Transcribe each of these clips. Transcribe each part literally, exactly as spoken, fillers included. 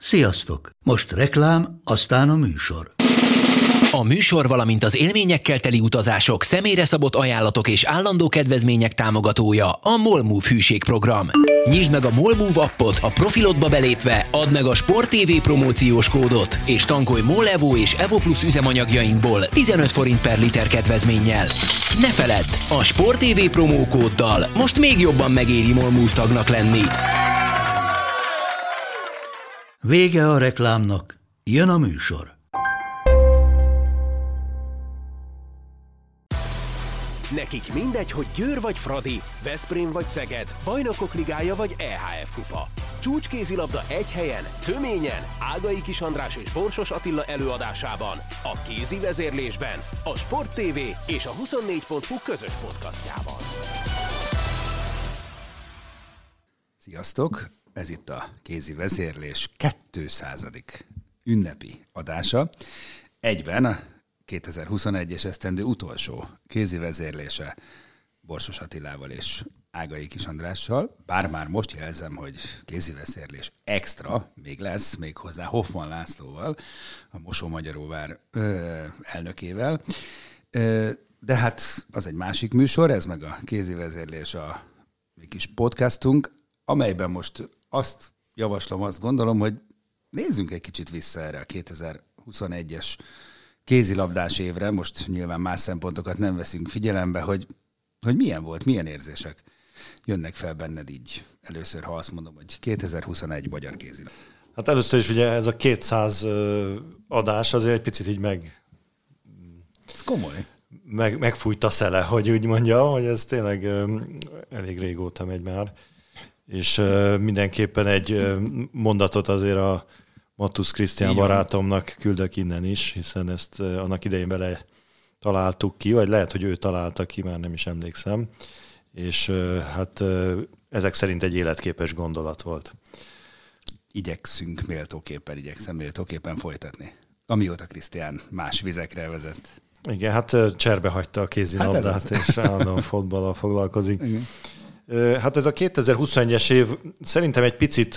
Sziasztok! Most reklám, aztán a műsor. A műsor, valamint az élményekkel teli utazások, személyre szabott ajánlatok és állandó kedvezmények támogatója a MOLMOVE hűségprogram. Nyisd meg a MOLMOVE appot, a profilodba belépve add meg a Sport té vé promóciós kódot, és tankolj MOL Evo és Evo Plus üzemanyagjainkból tizenöt forint per liter kedvezménnyel. Ne feledd, a Sport té vé promókóddal most még jobban megéri MOLMOVE tagnak lenni. Vége a reklámnak, jön a műsor. Nekik mindegy, hogy Győr vagy Fradi, Veszprém vagy Szeged, Bajnokok Ligája vagy é há ef Kupa. Csúcskézilabda egy helyen, töményen, Ágai Kis András és Borsos Attila előadásában, a kézi vezérlésben, a Sport té vé és a huszonnégy pont hu közös podcastjában. Sziasztok! Ez itt a kézi vezérlés kétszázadik ünnepi adása. Egyben a kétezer-huszonegyes esztendő utolsó kézi vezérlése Borsos Attilával és Ágai Kis Andrással. Bár már most jelzem, hogy kézi vezérlés extra még lesz, méghozzá Hoffman Lászlóval, a Mosó-Magyaróvár ö, elnökével. Ö, de hát az egy másik műsor, ez meg a kézi vezérlés a mi kis podcastunk, amelyben most azt javaslom, azt gondolom, hogy nézzünk egy kicsit vissza erre a kétezer-huszonegyes kézilabdás évre, most nyilván más szempontokat nem veszünk figyelembe, hogy, hogy milyen volt, milyen érzések jönnek fel benned így először, ha azt mondom, hogy kétezer-huszonegy magyar kézilabda. Hát először is ugye ez a kétszáz adás azért egy picit így meg... Ez komoly. Meg, megfújt a szele, hogy úgy mondjam, hogy ez tényleg elég régóta megy már. És mindenképpen egy mondatot azért a Mattusz Krisztián barátomnak küldök innen is, hiszen ezt annak idején vele találtuk ki, vagy lehet, hogy ő találta ki, már nem is emlékszem. És hát ezek szerint egy életképes gondolat volt. Igyekszünk méltóképpen, igyekszem méltóképpen folytatni. Amióta Krisztián más vizekre vezet. Igen, hát cserbe hagyta a kézilabdát, hát és állandóan fotballal foglalkozik. Igen. Hát ez a kétezer-huszonegyes év szerintem egy picit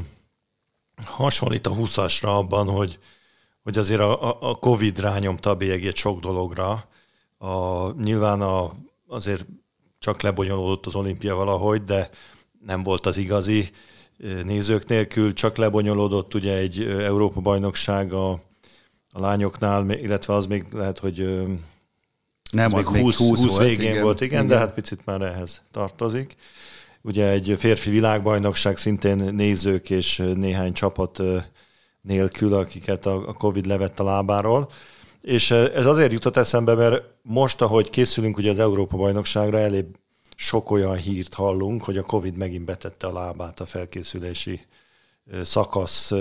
hasonlít a húszasra abban, hogy, hogy azért a, a Covid rányomta a bélyegét sok dologra. A, nyilván a, azért csak lebonyolódott az olimpia valahogy, de nem volt az igazi nézők nélkül, csak lebonyolódott ugye egy Európa-bajnokság a, a lányoknál, illetve az még lehet, hogy nem, az, az még húsz, húsz húsz volt, végén igen, volt, igen, igen, de hát picit már ehhez tartozik. Ugye egy férfi világbajnokság szintén nézők és néhány csapat nélkül, akiket a Covid levett a lábáról. És ez azért jutott eszembe, mert most, ahogy készülünk ugye az Európa-bajnokságra, elég sok olyan hírt hallunk, hogy a Covid megint betette a lábát a felkészülési szakasz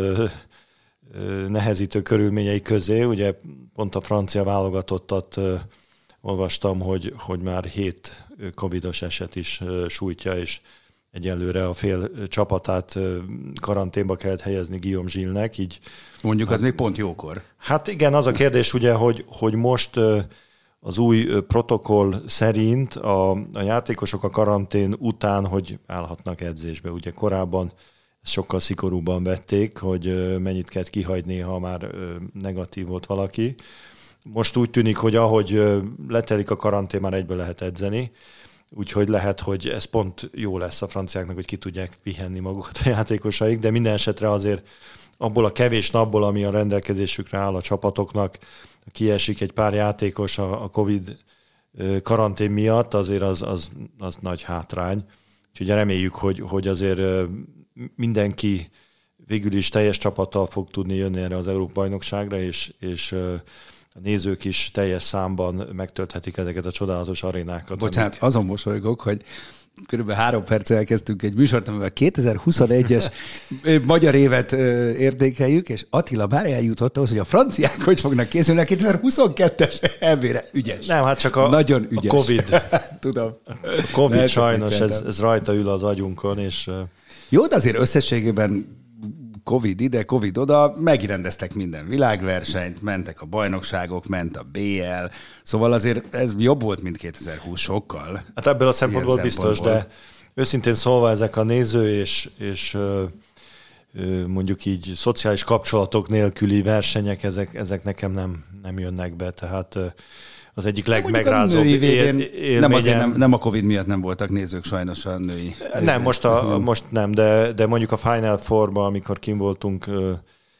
nehezítő körülményei közé. Ugye pont a francia válogatottat olvastam, hogy, hogy már hét covidos eset is sújtja, és egyelőre a fél csapatát karanténba kellett helyezni Guillaume Gilles-nek. Így, mondjuk az hát, még pont jókor. Hát igen, az a kérdés ugye, hogy, hogy most az új protokoll szerint a, a játékosok a karantén után, hogy állhatnak edzésbe. Ugye korábban ezt sokkal szigorúbban vették, hogy mennyit kell kihagyni, ha már negatív volt valaki. Most úgy tűnik, hogy ahogy letelik a karantén, már egyből lehet edzeni, úgyhogy lehet, hogy ez pont jó lesz a franciáknak, hogy ki tudják pihenni magukat a játékosaik, de minden esetre azért abból a kevés napból, ami a rendelkezésükre áll a csapatoknak, kiesik egy pár játékos a Covid karantén miatt, azért az, az, az nagy hátrány. Úgyhogy reméljük, hogy, hogy azért mindenki végül is teljes csapattal fog tudni jönni erre az Európa-bajnokságra, és, és a nézők is teljes számban megtölthetik ezeket a csodálatos arénákat. Bocsánat, amik... azon mosolygok, hogy körülbelül három perccel elkezdtünk egy műsort, amivel a kétezer-huszonegyes magyar évet értékeljük, és Attila már eljutott ahhoz, hogy a franciák hogy fognak készülni a kétezer-huszonkettes elvére. Ügyes. Nem, hát csak a, nagyon ügyes. A Covid. Tudom. A Covid lehet, sajnos, ez, ez rajta ül az agyunkon, és... Jó, de azért összességében Covid ide, Covid oda, megrendeztek minden világversenyt, mentek a bajnokságok, ment a bé el, szóval azért ez jobb volt, mint kétezer-húsz sokkal. Hát ebből a szempontból biztos, de őszintén szólva ezek a néző és, és mondjuk így szociális kapcsolatok nélküli versenyek, ezek, ezek nekem nem, nem jönnek be, tehát az egyik legmegrázóbb élményem. Nem, azért nem, nem a Covid miatt nem voltak nézők sajnos a női. Nem, most, a, most nem, de, de mondjuk a Final Four-ban, amikor kim voltunk ö,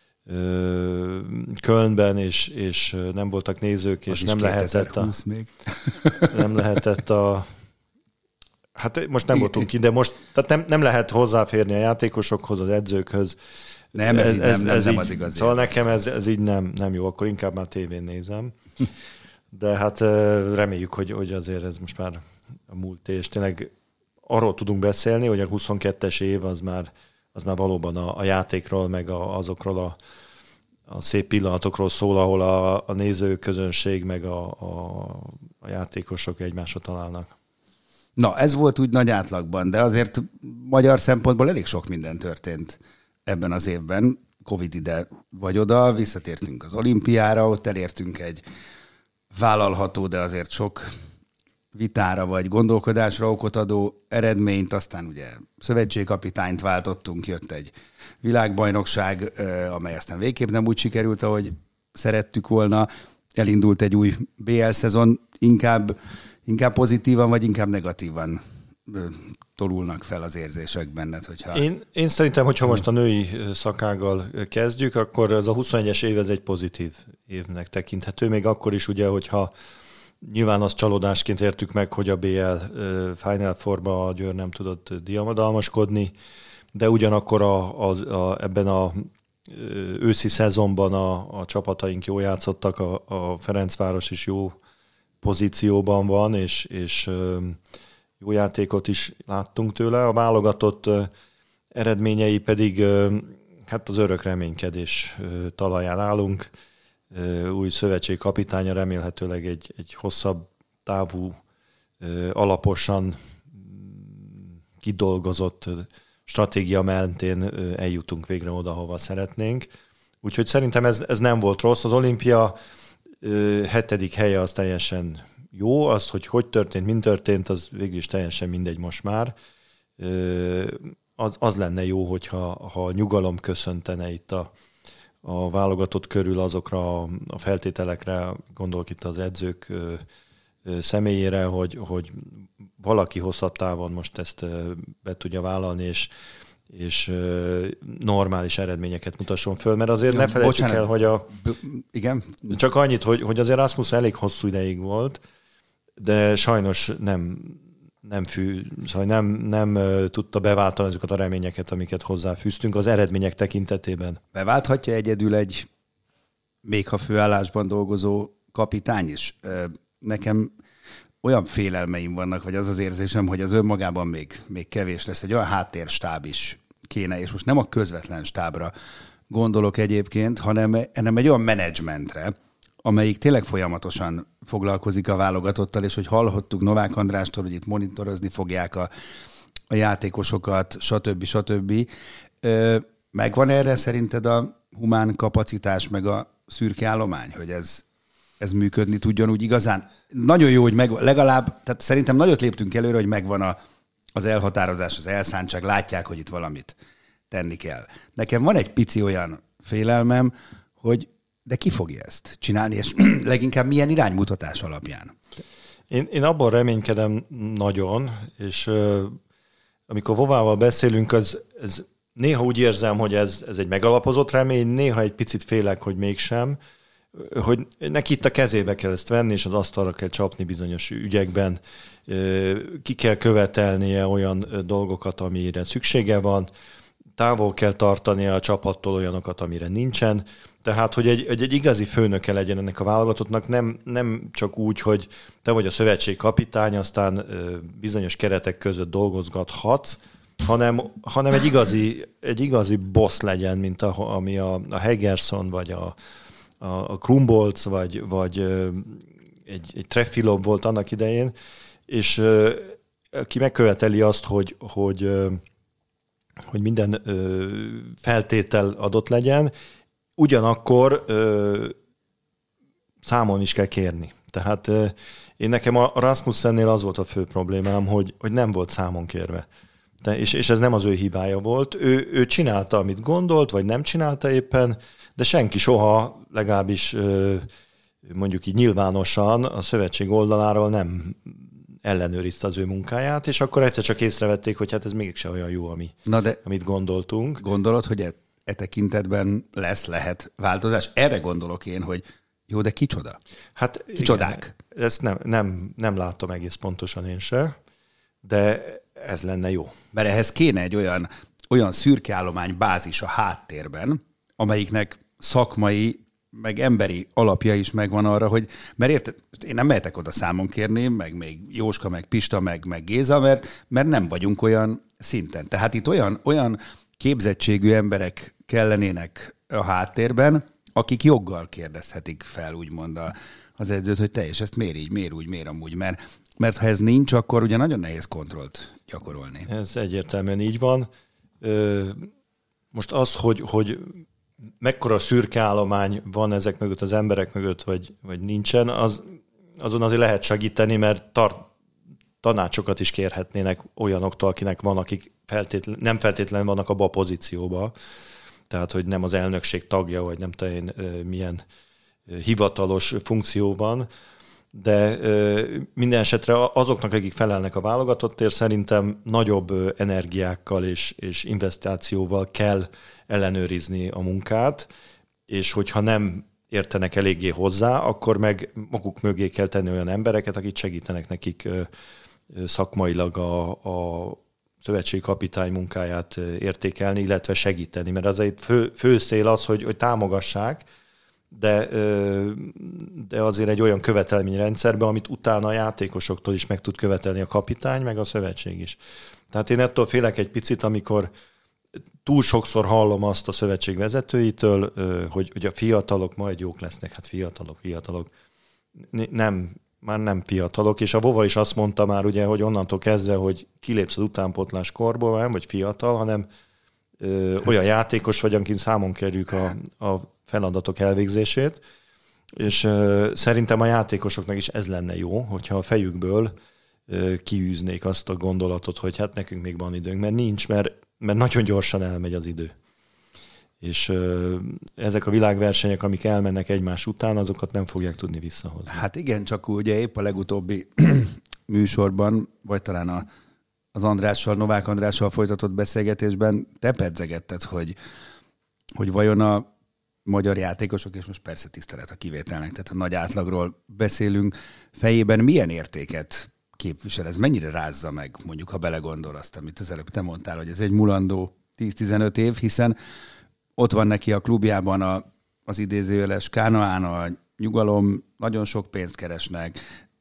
ö, Kölnben, és, és nem voltak nézők, és nem lehetett, a, még. nem lehetett a... Hát most nem voltunk ki, de most tehát nem, nem lehet hozzáférni a játékosokhoz, az edzőkhöz. Nem, ez, ez, így, nem, ez, nem, ez nem így, az igazi. Szóval nekem ez, ez így nem, nem jó, akkor inkább már tévén nézem. De hát reméljük, hogy, hogy azért ez most már a múlt, és tényleg arról tudunk beszélni, hogy a huszonkettes év az már, az már valóban a, a játékról, meg a, azokról a, a szép pillanatokról szól, ahol a, a nézőközönség, meg a, a, a játékosok egymásra találnak. Na, ez volt úgy nagy átlagban, de azért magyar szempontból elég sok minden történt ebben az évben. Covid ide vagy oda, visszatértünk az olimpiára, ott elértünk egy vállalható, de azért sok vitára vagy gondolkodásra okot adó eredményt, aztán ugye szövetségkapitányt váltottunk, jött egy világbajnokság, amely aztán végképp nem úgy sikerült, ahogy szerettük volna, elindult egy új bé el szezon, inkább, inkább pozitívan vagy inkább negatívan tolulnak fel az érzések benned, hogyha... Én, én szerintem, hogyha most a női szakággal kezdjük, akkor ez a huszonegyes év ez egy pozitív évnek tekinthető, még akkor is ugye, hogyha nyilván azt csalódásként értük meg, hogy a bé el Final Four-ba a Győr nem tudott diadalmaskodni, de ugyanakkor a, a, a, ebben a őszi szezonban a, a csapataink jól játszottak, a, a Ferencváros is jó pozícióban van, és, és jó játékot is láttunk tőle. A válogatott eredményei pedig hát az örök reménykedés talaján állunk. Új szövetségkapitánya remélhetőleg egy, egy hosszabb távú, alaposan kidolgozott stratégia mentén eljutunk végre oda, hova szeretnénk. Úgyhogy szerintem ez, ez nem volt rossz. Az olimpia hetedik helye az teljesen jó, az, hogy hogy történt, mint történt, az végül is teljesen mindegy most már. Az, az lenne jó, hogyha ha nyugalom köszöntene itt a, a válogatott körül azokra a feltételekre, gondolok itt az edzők személyére, hogy, hogy valaki hosszabb távon most ezt be tudja vállalni, és, és normális eredményeket mutasson föl, mert azért ja, ne felejtsük bocsánat. el, hogy a... Igen? Csak annyit, hogy, hogy azért Rasmus elég hosszú ideig volt, de sajnos nem, nem, fű, szóval nem, nem tudta beváltani azokat a reményeket, amiket hozzáfűztünk az eredmények tekintetében. Beválthatja egyedül egy még ha főállásban dolgozó kapitány is? Nekem olyan félelmeim vannak, vagy az az érzésem, hogy az önmagában még, még kevés lesz. Egy olyan háttérstáb is kéne, és most nem a közvetlen stábra gondolok egyébként, hanem, hanem egy olyan menedzsmentre, amelyik tényleg folyamatosan foglalkozik a válogatottal, és hogy hallhattuk Novák Andrástól, hogy itt monitorozni fogják a, a játékosokat, stb. stb. Megvan erre szerinted a humán kapacitás, meg a szürke állomány, hogy ez, ez működni tudjon úgy igazán? Nagyon jó, hogy meg, legalább, tehát szerintem nagyot léptünk előre, hogy megvan a, az elhatározás, az elszántság, látják, hogy itt valamit tenni kell. Nekem van egy pici olyan félelmem, hogy de ki fogja ezt csinálni, és leginkább milyen iránymutatás alapján? Én, én abban reménykedem nagyon, és uh, amikor Vovával beszélünk, az, ez néha úgy érzem, hogy ez, ez egy megalapozott remény, néha egy picit félek, hogy mégsem, hogy neki itt a kezébe kell ezt venni, és az asztalra kell csapni bizonyos ügyekben, ki kell követelnie olyan dolgokat, amire szüksége van, távol kell tartani a csapattól olyanokat, amire nincsen. Tehát, hogy egy, egy, egy igazi főnöke legyen ennek a válogatottnak, nem, nem csak úgy, hogy te vagy a szövetség kapitány, aztán bizonyos keretek között dolgozgathatsz, hanem, hanem egy igazi, egy igazi boss legyen, mint a, ami a, a Hegerson, vagy a, a Krumbolc, vagy, vagy egy, egy Trefilov volt annak idején, és ki megköveteli azt, hogy, hogy, hogy minden feltétel adott legyen, ugyanakkor számon is kell kérni. Tehát én nekem a Rasmussennél az volt a fő problémám, hogy, hogy nem volt számon kérve. De, és, és ez nem az ő hibája volt. Ő, ő csinálta, amit gondolt, vagy nem csinálta éppen, de senki soha, legalábbis mondjuk így nyilvánosan a szövetség oldaláról nem ellenőrizte az ő munkáját, és akkor egyszer csak észrevették, hogy hát ez mégse olyan jó, ami, Na de amit gondoltunk. Gondolod, hogy e, e tekintetben lesz, lehet változás? Erre gondolok én, hogy jó, de kicsoda? Hát Kicsodák? Igen, ezt nem, nem, nem látom egész pontosan én se, de ez lenne jó. Mert ehhez kéne egy olyan, olyan szürkeállomány bázis a háttérben, amelyiknek szakmai, meg emberi alapja is megvan arra, hogy, mert érted, én nem mehetek oda számon kérni, meg még Jóska, meg Pista, meg, meg Géza, mert, mert nem vagyunk olyan szinten. Tehát itt olyan, olyan képzettségű emberek kellenének a háttérben, akik joggal kérdezhetik fel, úgymond a, az edzőt, hogy te és ezt miért így, miért úgy, miért amúgy, mert, mert ha ez nincs, akkor ugye nagyon nehéz kontrollt gyakorolni. Ez egyértelműen így van. Most az, hogy, hogy mekkora szürke állomány van ezek mögött, az emberek mögött, vagy, vagy nincsen, az, azon azért lehet segíteni, mert tart, tanácsokat is kérhetnének olyanoktól, akinek van, akik feltétlen, nem feltétlenül vannak abba a pozícióba. Tehát, hogy nem az elnökség tagja, vagy nem tudom én milyen hivatalos funkcióban, de minden esetre azoknak, akik felelnek a válogatottért, szerintem nagyobb energiákkal és, és investációval kell ellenőrizni a munkát, és hogyha nem értenek eléggé hozzá, akkor meg maguk mögé kell tenni olyan embereket, akik segítenek nekik szakmailag a, a szövetségi kapitány munkáját értékelni, illetve segíteni, mert azért fő, fő cél az, hogy, hogy támogassák, de, de azért egy olyan követelményrendszerben, amit utána a játékosoktól is meg tud követelni a kapitány, meg a szövetség is. Tehát én ettől félek egy picit, amikor túl sokszor hallom azt a szövetség vezetőitől, hogy, hogy a fiatalok majd jók lesznek, hát fiatalok, fiatalok. Nem, már nem fiatalok, és a Vova is azt mondta már, ugye, hogy onnantól kezdve, hogy kilépsz az utánpótlás korból, nem vagy fiatal, hanem ö, hát. olyan játékos vagy, akin számon kerüljük a, a feladatok elvégzését, és ö, szerintem a játékosoknak is ez lenne jó, hogyha a fejükből ö, kiűznék azt a gondolatot, hogy hát nekünk még van időnk, mert nincs, mert, mert nagyon gyorsan elmegy az idő. És ö, ezek a világversenyek, amik elmennek egymás után, azokat nem fogják tudni visszahozni. Hát igen, csak ugye épp a legutóbbi műsorban, vagy talán a, az Andrással, Novák Andrással folytatott beszélgetésben te pedzegetted, hogy, hogy vajon a magyar játékosok, és most persze tisztelet a kivételnek, tehát a nagy átlagról beszélünk, fejében milyen értéket képvisel ez? Mennyire rázza meg, mondjuk, ha belegondol azt, amit az előbb te mondtál, hogy ez egy mulandó tíz-tizenöt év, hiszen ott van neki a klubjában a, az idézőjeles Kánaán, a nyugalom, nagyon sok pénzt keresnek,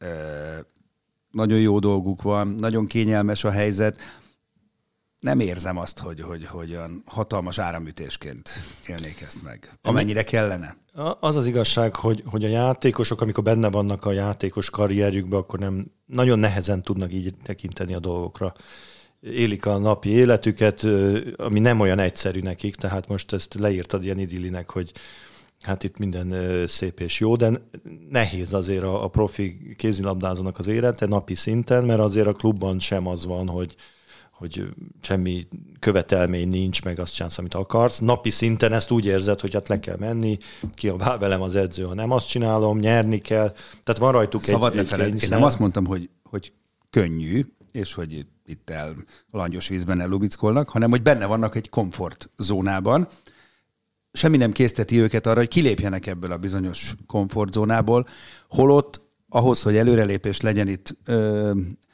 nagyon jó dolguk van, nagyon kényelmes a helyzet. Nem érzem azt, hogy, hogy, hogy olyan hatalmas áramütésként élnék ezt meg, amennyire kellene. Az az igazság, hogy, hogy a játékosok, amikor benne vannak a játékos karrierjükben, akkor nem, nagyon nehezen tudnak így tekinteni a dolgokra. Élik a napi életüket, ami nem olyan egyszerű nekik, tehát most ezt leírtad ilyen idillinek, hogy hát itt minden szép és jó, de nehéz azért a, a profi kézilabdázónak az élete napi szinten, mert azért a klubban sem az van, hogy, hogy semmi követelmény nincs, meg azt csinálsz, amit akarsz. Napi szinten ezt úgy érzed, hogy hát le kell menni, kiabál velem az edző, ha nem azt csinálom, nyerni kell. Tehát van rajtuk Szabad egy, egy kényszer. Én nem azt mondtam, hogy, hogy könnyű, és hogy itt el langyos vízben ellubickolnak, hanem hogy benne vannak egy komfortzónában. Semmi nem készteti őket arra, hogy kilépjenek ebből a bizonyos komfortzónából, holott ahhoz, hogy előrelépés legyen itt ö,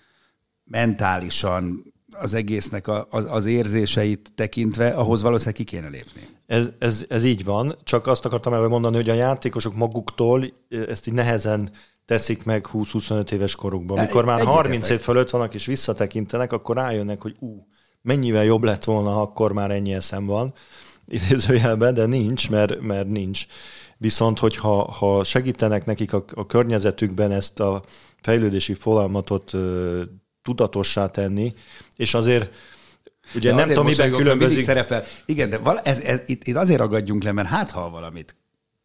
mentálisan az egésznek a, az, az érzéseit tekintve, ahhoz valószínűleg ki kéne lépni. Ez, ez, ez így van, csak azt akartam elmondani, hogy a játékosok maguktól ezt így nehezen teszik meg húsz-huszonöt éves korukban. Mikor már harminc év fölött vannak és visszatekintenek, akkor rájönnek, hogy ú, mennyivel jobb lett volna, ha akkor már ennyi eszem van, idézőjelben, de nincs, mert, mert nincs. Viszont, hogyha ha segítenek nekik a, a környezetükben ezt a fejlődési folyamatot ö, tudatossá tenni, és azért ugye de nem tudom, miben különbözik. Szerepel. Igen, de vala, ez, ez, itt, itt azért ragadjunk le, mert hát ha valamit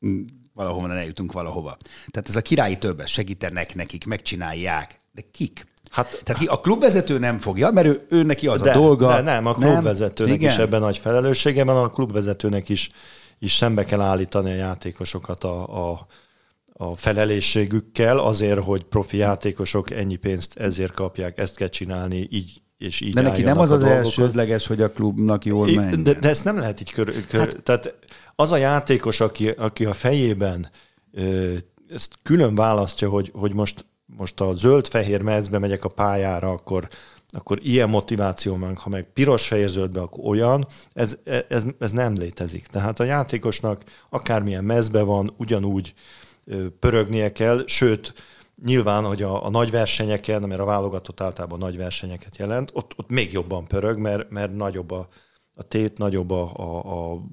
valahova ne jutunk valahova. Tehát ez a királyi többes segítenek nekik, megcsinálják. De kik? Hát, Tehát a klubvezető nem fogja, mert ő, ő neki az de, a dolga. De nem, a klubvezetőnek is ebben nagy felelőssége van, a klubvezetőnek is, is szembe kell állítani a játékosokat a, a, a felelősségükkel azért, hogy profi játékosok ennyi pénzt ezért kapják, ezt kell csinálni, így és így. De neki nem az az elsődleges, hogy a klubnak jól menjen. De, de ezt nem lehet így kör... kör hát, tehát az a játékos, aki, aki a fejében ö, ezt külön választja, hogy, hogy most, most a zöld-fehér mezbe megyek a pályára, akkor, akkor ilyen motiváció van, ha meg piros-fehér-zöldbe, akkor olyan, ez, ez, ez nem létezik. Tehát a játékosnak akármilyen mezbe van, ugyanúgy ö, pörögnie kell, sőt, nyilván, hogy a, a nagy versenyeken, mert a válogatott általában nagy versenyeket jelent, ott, ott még jobban pörög, mert, mert nagyobb a, a tét, nagyobb a, a, a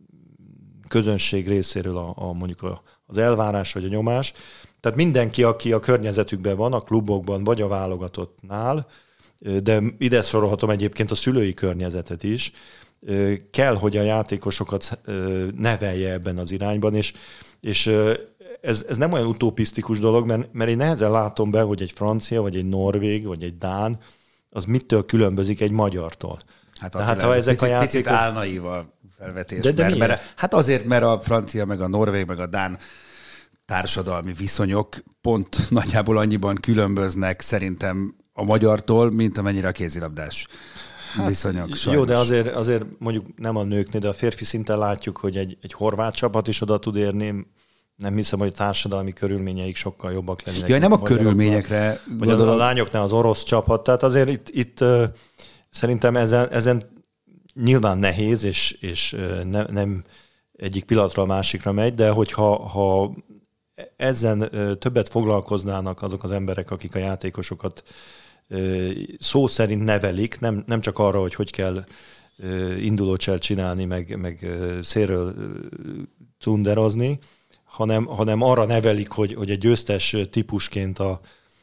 közönség részéről a, a, mondjuk a, az elvárás vagy a nyomás. Tehát mindenki, aki a környezetükben van, a klubokban vagy a válogatottnál, de ide sorolhatom egyébként a szülői környezetet is, kell, hogy a játékosokat nevelje ebben az irányban, és, és Ez, ez nem olyan utopisztikus dolog, mert, mert én nehezen látom be, hogy egy francia, vagy egy norvég, vagy egy dán, az mitől különbözik egy magyartól. Hát, Tehát, ha ezek picit, a játékok... Picit álnaív a felvetés. De, de mert, mert, hát azért, mert a francia, meg a norvég, meg a dán társadalmi viszonyok pont nagyjából annyiban különböznek szerintem a magyartól, mint amennyire a kézilabdás hát, viszonyok. Sajnos. Jó, de azért, azért mondjuk nem a nőknél, de a férfi szinten látjuk, hogy egy, egy horvát csapat is oda tud érni. Nem hiszem, hogy a társadalmi körülményeik sokkal jobbak lennének. Ja, nem a körülményekre vagy gondolom. A lányoknál az orosz csapat. Tehát azért itt, itt uh, szerintem ezen, ezen nyilván nehéz, és, és uh, ne, nem egyik pillanatra a másikra megy, de hogyha ha ezen uh, többet foglalkoznának azok az emberek, akik a játékosokat uh, szó szerint nevelik, nem, nem csak arra, hogy hogy kell uh, indulócselt csinálni, meg, meg uh, szélről uh, cunderozni, hanem, hanem arra nevelik, hogy, hogy egy győztes típusként a,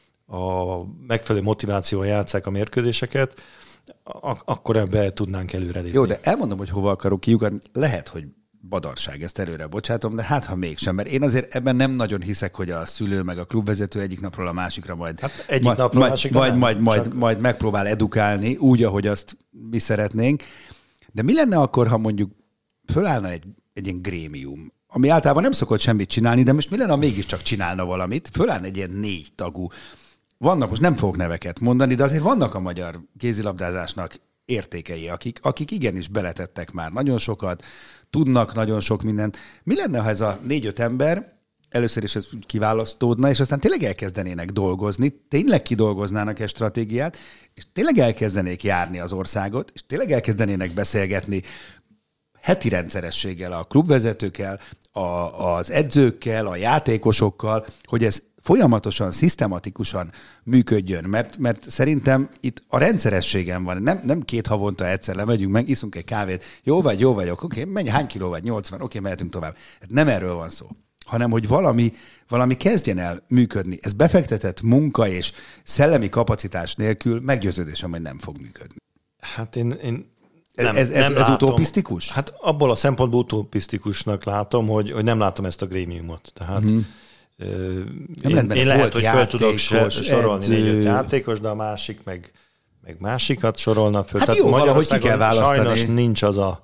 a megfelelő motivációval játsszák a mérkőzéseket, ak- akkor ebbe tudnánk előrelépni. Jó, de elmondom, hogy hova akarok kiugatni. Lehet, hogy badarság, ezt előre bocsátom, de hát ha mégsem, mert én azért ebben nem nagyon hiszek, hogy a szülő meg a klubvezető egyik napról a másikra majd, hát egyik majd, napról majd, másikra majd, nem, majd, majd, csak... majd megpróbál edukálni úgy, ahogy azt mi szeretnénk. De mi lenne akkor, ha mondjuk fölállna egy, egy ilyen grémium, ami általában nem szokott semmit csinálni, de most mi lenne, ha mégiscsak csinálna valamit? Fölállna egy ilyen négy tagú. Vannak, most nem fogok neveket mondani, de azért vannak a magyar kézilabdázásnak értékei, akik, akik igenis beletettek már nagyon sokat, tudnak nagyon sok mindent. Mi lenne, ha ez a négy-öt ember először is ez kiválasztódna, és aztán tényleg elkezdenének dolgozni, tényleg kidolgoznának egy stratégiát, és tényleg elkezdenék járni az országot, és tényleg elkezdenének beszélgetni heti rendszerességgel a klubvezetőkkel, a, az edzőkkel, a játékosokkal, hogy ez folyamatosan, szisztematikusan működjön, mert, mert szerintem itt a rendszerességen van. Nem, nem két havonta egyszer lemegyünk meg, iszunk egy kávét, jó vagy, jó vagyok, oké, okay, menj, hány kiló vagy, nyolcvan, oké, okay, mehetünk tovább. Hát nem erről van szó, hanem hogy valami, valami kezdjen el működni. Ez befektetett munka és szellemi kapacitás nélkül meggyőződésem, hogy nem fog működni. Hát én... én... Nem, ez ez, ez utopisztikus? Hát abból a szempontból utopisztikusnak látom, hogy, hogy nem látom ezt a grémiumot. Tehát mm-hmm. euh, én, én lehet, hogy föl tudok sorolni négy-öt játékos, de a másik meg, meg másikat sorolna föl. Hát tehát jó, valahogy ki kell választani. Sajnos nincs az a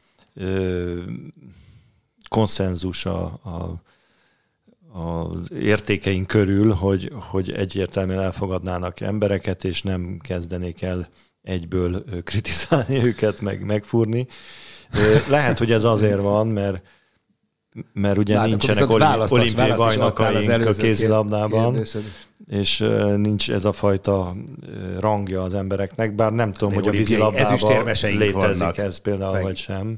ö, konszenzus a, a, az értékeink körül, hogy, hogy egyértelműen elfogadnának embereket, és nem kezdenék el egyből kritizálni őket, meg megfúrni. Lehet, hogy ez azért van, mert, mert ugye Látok, nincsenek olimpiai bajnokaink a kézilabdában, és nincs ez a fajta rangja az embereknek, bár nem tudom, de hogy a vízilabdában létezik vannak. Ez például, meg. Vagy sem.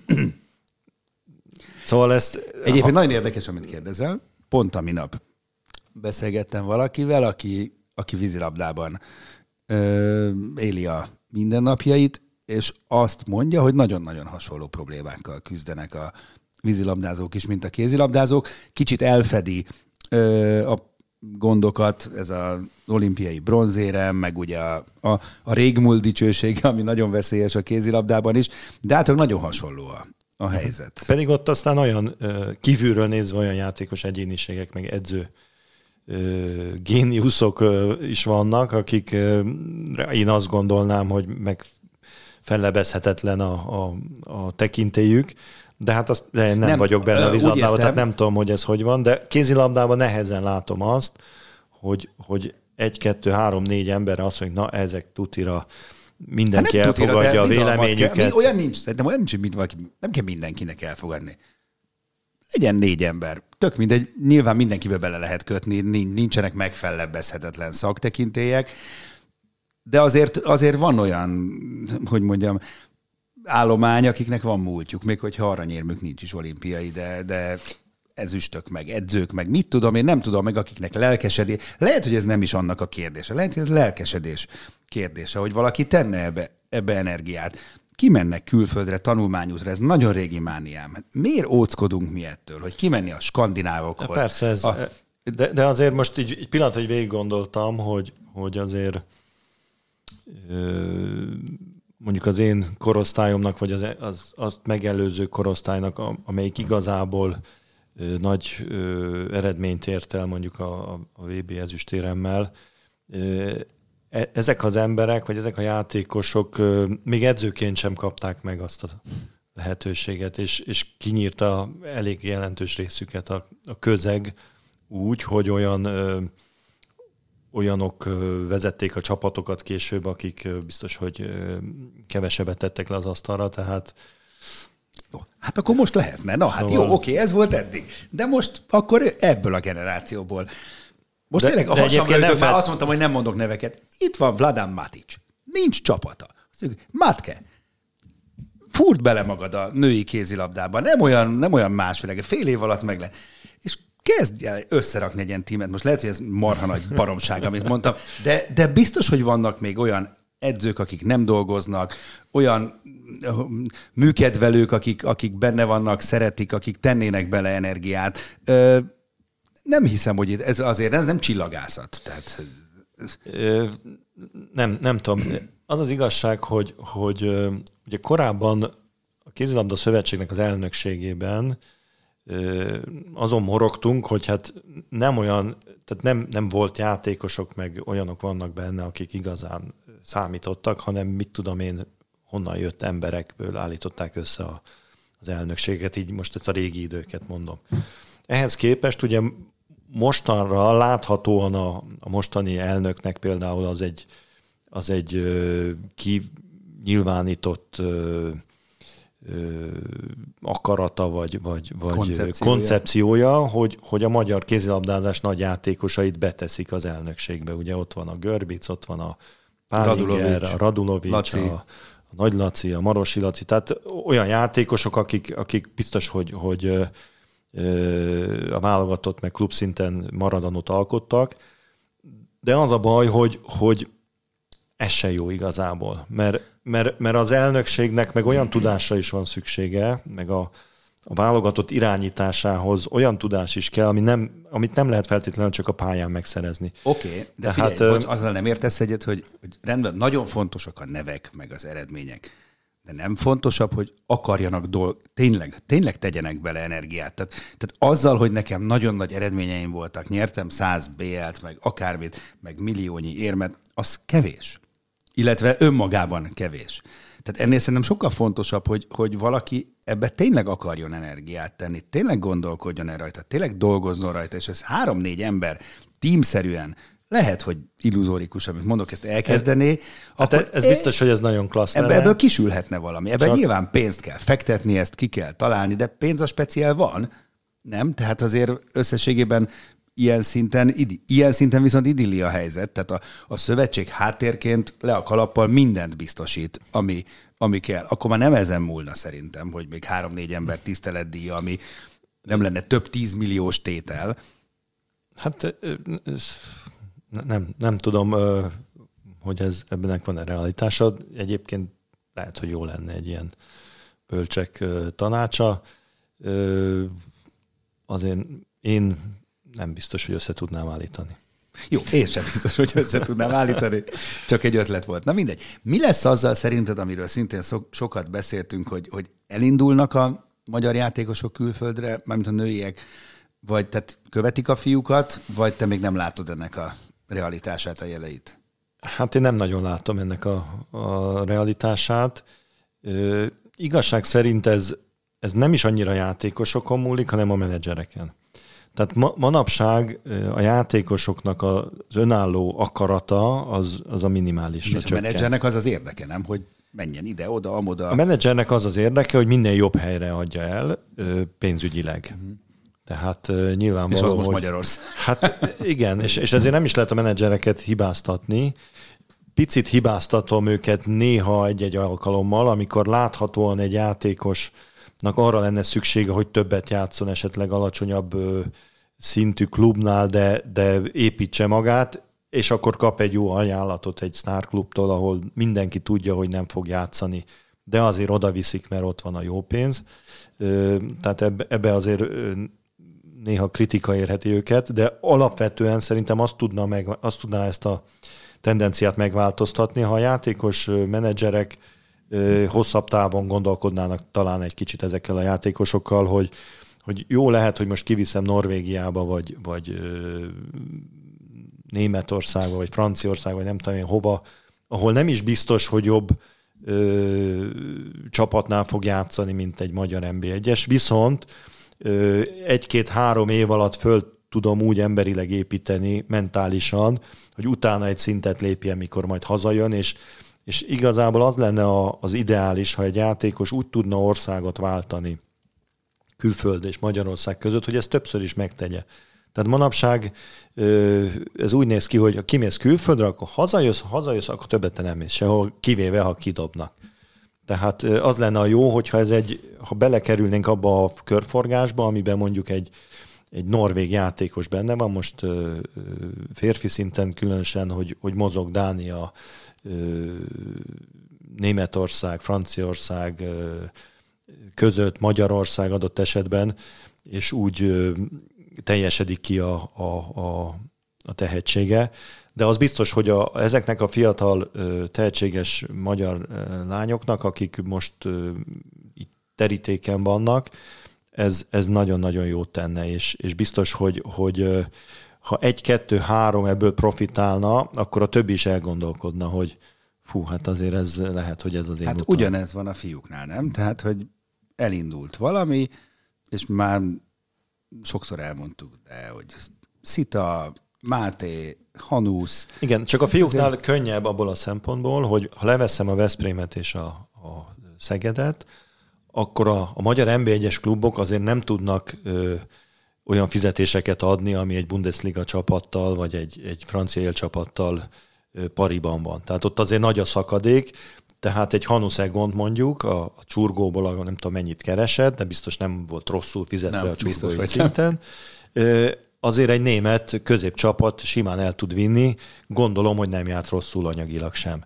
Szóval ezt... Egyébként ha... nagyon érdekes, amit kérdezel. Pont a minap beszélgettem valakivel, aki, aki vízilabdában éli a mindennapjait, és azt mondja, hogy nagyon-nagyon hasonló problémákkal küzdenek a vízilabdázók is, mint a kézilabdázók. Kicsit elfedi ö, a gondokat, ez az olimpiai bronzérem, meg ugye a, a, a régmúlt dicsősége, ami nagyon veszélyes a kézilabdában is, de hát nagyon hasonló a, a helyzet. Pedig ott aztán olyan kívülről nézve olyan játékos egyéniségek, meg edző géniuszok is vannak, akik én azt gondolnám, hogy meg fellebezhetetlen a, a, a tekintélyük, de hát azt, de én nem, nem vagyok benne a vízilabdában, tehát nem tudom, hogy ez hogy van, de kézilabdában nehezen látom azt, hogy, hogy egy, kettő, három, négy ember azt mondja, na ezek tutira mindenki hát elfogadja tutira, a véleményüket. Kell. Olyan nincs, szerintem olyan nincs, mint valaki, nem kell mindenkinek elfogadni. Legyen négy ember. Tök mindegy, nyilván mindenkibe bele lehet kötni, nincsenek megfellebbezhetetlen szaktekintélyek, de azért, azért van olyan, hogy mondjam, állomány, akiknek van múltjuk, még hogyha aranyérmük nincs is olimpiai, de, de ezüstök meg, edzők meg, mit tudom, én nem tudom meg, akiknek lelkesedés. Lehet, hogy ez nem is annak a kérdése, lehet, hogy ez lelkesedés kérdése, hogy valaki tenne ebbe, ebbe energiát. Kimennek külföldre, tanulmányútra, ez nagyon régi mániám. Miért óckodunk mi ettől, hogy kimenni a skandinávokhoz? Persze, ez, a... de, de azért most így, egy pillanat, hogy végig gondoltam, hogy, hogy azért mondjuk az én korosztályomnak, vagy az, az, azt megelőző korosztálynak, amelyik igazából nagy eredményt ért el mondjuk a, a vé bé ezüstéremmel, ezek az emberek, vagy ezek a játékosok még edzőként sem kapták meg azt a lehetőséget, és, és kinyírta elég jelentős részüket a, a közeg úgy, hogy olyan ö, olyanok ö, vezették a csapatokat később, akik ö, biztos, hogy ö, kevesebbet tettek le az asztalra, tehát jó, hát akkor most lehetne. Na hát szóval... jó, oké, ez volt eddig. De most akkor ebből a generációból. Most de, tényleg a hasamra ütök, már azt mondtam, hogy nem mondok neveket. Itt van Vladan Matic. Nincs csapata. Matke, fúrd bele magad a női kézilabdába. Nem olyan, nem olyan másfél, fél év alatt meg le. És kezdj el összerakni egy ilyen tímet. Most lehet, hogy ez marha nagy baromság, amit mondtam, de, de biztos, hogy vannak még olyan edzők, akik nem dolgoznak, olyan műkedvelők, akik, akik benne vannak, szeretik, akik tennének bele energiát. Ö, nem hiszem, hogy ez azért ez nem csillagászat. Tehát... Ö, nem, nem tudom. Az az igazság, hogy, hogy ugye korábban a Kézilabda Szövetségnek az elnökségében azon morogtunk, hogy hát nem olyan, tehát nem, nem volt játékosok, meg olyanok vannak benne, akik igazán számítottak, hanem mit tudom én, honnan jött emberekből állították össze a, az elnökséget, így most ezt a régi időket mondom. Ehhez képest ugye mostanra láthatóan a, a mostani elnöknek például az egy, az egy ö, kinyilvánított ö, ö, akarata, vagy, vagy, vagy koncepciója, koncepciója hogy, hogy a magyar kézilabdázás nagy játékosait beteszik az elnökségbe. Ugye ott van a Görbic, ott van a Pálinger, a Radulovics, a, a Nagy Laci, a Marosi Laci, tehát olyan játékosok, akik, akik biztos, hogy, hogy ö, a válogatott meg klubszinten maradanot alkottak, de az a baj, hogy, hogy ez se jó igazából, mert, mert, mert az elnökségnek meg olyan tudásra is van szüksége, meg a, a válogatott irányításához olyan tudás is kell, ami nem, amit nem lehet feltétlenül csak a pályán megszerezni. Oké, okay, de Tehát, figyelj, bocs, azzal nem értesz egyet, hogy, hogy rendben, nagyon fontosak a nevek, meg az eredmények, de nem fontosabb, hogy akarjanak dolg, tényleg, tényleg tegyenek bele energiát. Tehát, tehát azzal, hogy nekem nagyon nagy eredményeim voltak, nyertem száz bé el-t, meg akármit, meg milliónyi érmet, az kevés. Illetve önmagában kevés. Tehát ennél szerintem sokkal fontosabb, hogy, hogy valaki ebbe tényleg akarjon energiát tenni, tényleg gondolkodjon el rajta, tényleg dolgozzon rajta, és ez három-négy ember tímszerűen lehet, hogy illuzórikus, amit mondok, ezt elkezdené. Hát akkor ez biztos, hogy ez nagyon klassz lenne. Ebből kisülhetne valami. Ebben Csak... nyilván pénzt kell fektetni, ezt ki kell találni, de pénz a speciál van, nem? Tehát azért összességében ilyen szinten, idi, ilyen szinten viszont idilli a helyzet. Tehát a, a szövetség háttérként le a kalappal mindent biztosít, ami, ami kell. Akkor már nem ezen múlna szerintem, hogy még három-négy ember tiszteletdíja, ami nem lenne több tízmilliós tétel. Hát ez, nem, nem tudom, hogy ez, ebbenek van-e realitása. Egyébként lehet, hogy jó lenne egy ilyen bölcsek tanácsa. Azért én nem biztos, hogy össze tudnám állítani. Jó, én sem biztos, hogy össze tudnám állítani. Csak egy ötlet volt. Na mindegy. Mi lesz azzal szerinted, amiről szintén so- sokat beszéltünk, hogy, hogy elindulnak a magyar játékosok külföldre, mármint a nőiek, vagy tehát követik a fiúkat, vagy te még nem látod ennek a realitását, a jeleit? Hát én nem nagyon látom ennek a, a realitását. Ö, igazság szerint ez, ez nem is annyira játékosokon múlik, hanem a menedzsereken. Tehát ma, manapság a játékosoknak az önálló akarata az, az a minimálisra És a menedzsernek az az érdeke, nem? Hogy menjen ide, oda, amoda. A menedzsernek az az érdeke, hogy minél jobb helyre adja el pénzügyileg. Uh-huh. Tehát nyilvánvaló, és az most hogy, Magyarország. Hát igen, és, és ezért nem is lehet a menedzsereket hibáztatni. Picit hibáztatom őket néha egy-egy alkalommal, amikor láthatóan egy játékosnak arra lenne szüksége, hogy többet játszon esetleg alacsonyabb szintű klubnál, de, de építse magát, és akkor kap egy jó ajánlatot egy sztárklubtól, ahol mindenki tudja, hogy nem fog játszani, de azért oda viszik, mert ott van a jó pénz. Tehát ebbe azért néha kritika érheti őket, de alapvetően szerintem azt tudna, meg, azt tudná ezt a tendenciát megváltoztatni, ha a játékos menedzserek hosszabb távon gondolkodnának talán egy kicsit ezekkel a játékosokkal, hogy, hogy jó lehet, hogy most kiviszem Norvégiába, vagy, vagy Németországba, vagy Franciaországba, vagy nem tudom én hova, ahol nem is biztos, hogy jobb ö, csapatnál fog játszani, mint egy magyar en bé egyes, viszont ö, egy-két-három év alatt föl tudom úgy emberileg építeni mentálisan, hogy utána egy szintet lépjen, mikor majd hazajön, és, és igazából az lenne a, az ideális, ha egy játékos úgy tudna országot váltani külföld és Magyarország között, hogy ezt többször is megtegye. Tehát manapság ez úgy néz ki, hogy ha kimész külföldre, akkor hazajössz, ha hazajössz, akkor többet te nem mész sehol, kivéve, ha kidobnak. Tehát az lenne a jó, hogyha ez egy, ha belekerülnénk abba a körforgásba, amiben mondjuk egy, egy norvég játékos benne van, most férfi szinten különösen, hogy, hogy mozog Dánia, Németország, Franciaország között, Magyarország adott esetben, és úgy teljesedik ki a, a, a, a tehetsége. De az biztos, hogy a, ezeknek a fiatal, tehetséges magyar lányoknak, akik most itt terítéken vannak, ez, ez nagyon-nagyon jót tenne, és, és biztos, hogy, hogy ha egy-kettő-három ebből profitálna, akkor a többi is elgondolkodna, hogy fú, hát azért ez lehet, hogy ez az én Hát utam. ugyanez van a fiúknál, nem? Tehát, hogy elindult valami, és már sokszor elmondtuk, de hogy Szita, Máté, Hanusz. Igen, csak a fiúknál ezért könnyebb abból a szempontból, hogy ha leveszem a Veszprémet és a, a Szegedet, akkor a, a magyar en bé egyes klubok azért nem tudnak ö, olyan fizetéseket adni, ami egy Bundesliga csapattal, vagy egy, egy francia élcsapattal ö, pariban van. Tehát ott azért nagy a szakadék, tehát egy Hanus Egont mondjuk, a, a csurgóból nem tudom mennyit keresett, de biztos nem volt rosszul fizetve nem, a csurgói szinten. Ö, azért egy német középcsapat simán el tud vinni, gondolom, hogy nem járt rosszul anyagilag sem.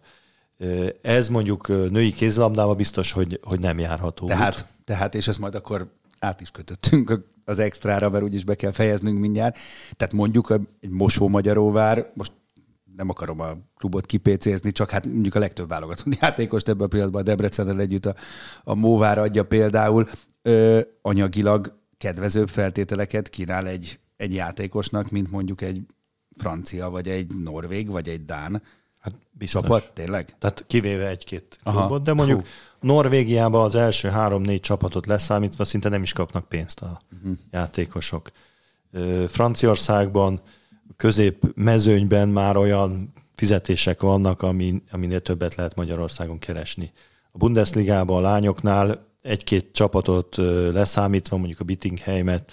Ez mondjuk női kézilabdában biztos, hogy, hogy nem járható. Tehát, tehát, és ezt majd akkor át is kötöttünk az extrára, mert úgyis be kell fejeznünk mindjárt. Tehát mondjuk egy Mosó-Magyaróvár, most nem akarom a klubot kipécézni, csak hát mondjuk a legtöbb válogatott játékost ebben a pillanatban a Debrecennel együtt a, a Móvár adja például, ö, anyagilag kedvezőbb feltételeket kínál egy, egy játékosnak, mint mondjuk egy francia, vagy egy norvég, vagy egy dán. Hát biztos. Csapat, tényleg? Tehát kivéve egy-két klubot, Aha, de mondjuk fú. Norvégiában az első három-négy csapatot leszámítva szinte nem is kapnak pénzt a uh-huh. játékosok. Franciaországban, közép mezőnyben már olyan fizetések vannak, amin, aminél többet lehet Magyarországon keresni. A Bundesligában a lányoknál egy-két csapatot leszámítva, mondjuk a Bittingheimet,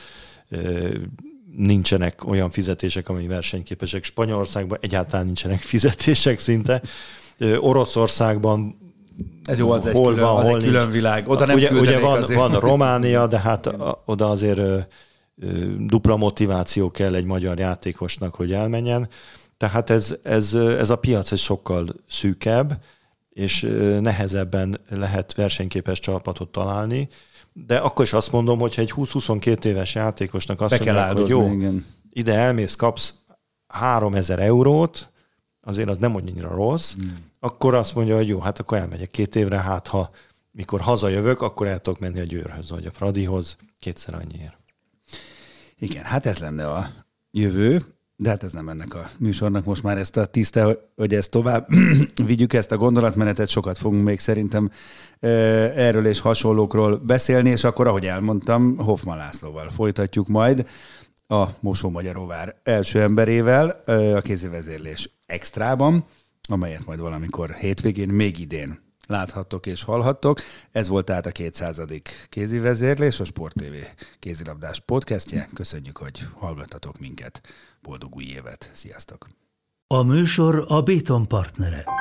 nincsenek olyan fizetések, amely versenyképesek. Spanyolországban egyáltalán nincsenek fizetések szinte. Oroszországban ez jó, az, hol egy, külön, van, az hol egy külön világ. Oda nem ugye, ugye van, azért. van Románia, de hát a, oda azért ö, ö, dupla motiváció kell egy magyar játékosnak, hogy elmenjen. Tehát ez, ez, ez a piac egy sokkal szűkebb, és nehezebben lehet versenyképes csapatot találni. De akkor is azt mondom, hogy egy húsz-huszonkettő éves játékosnak azt mondják, hogy jó, igen. ide elmész, kapsz háromezer eurót, azért az nem annyira rossz, mm. akkor azt mondja, hogy jó, hát akkor elmegyek két évre, hát ha mikor hazajövök, akkor el tudok menni a Győrhöz, vagy a Fradihoz, kétszer annyiért. Igen, hát ez lenne a jövő, de hát ez nem ennek a műsornak most már ezt a tiszte, hogy ezt tovább vigyük ezt a gondolatmenetet, sokat fogunk még szerintem erről és hasonlókról beszélni, és akkor, ahogy elmondtam, Hoffman Lászlóval folytatjuk majd a Mosó-Magyaróvár első emberével a kézivezérlés extrában, amelyet majd valamikor hétvégén, még idén láthattok és hallhattok. Ez volt tehát a kétszázadik kézivezérlés, a Sport té vé kézilabdás podcastje. Köszönjük, hogy hallgattatok minket. Boldog új évet! Sziasztok! A műsor a Béton partnere.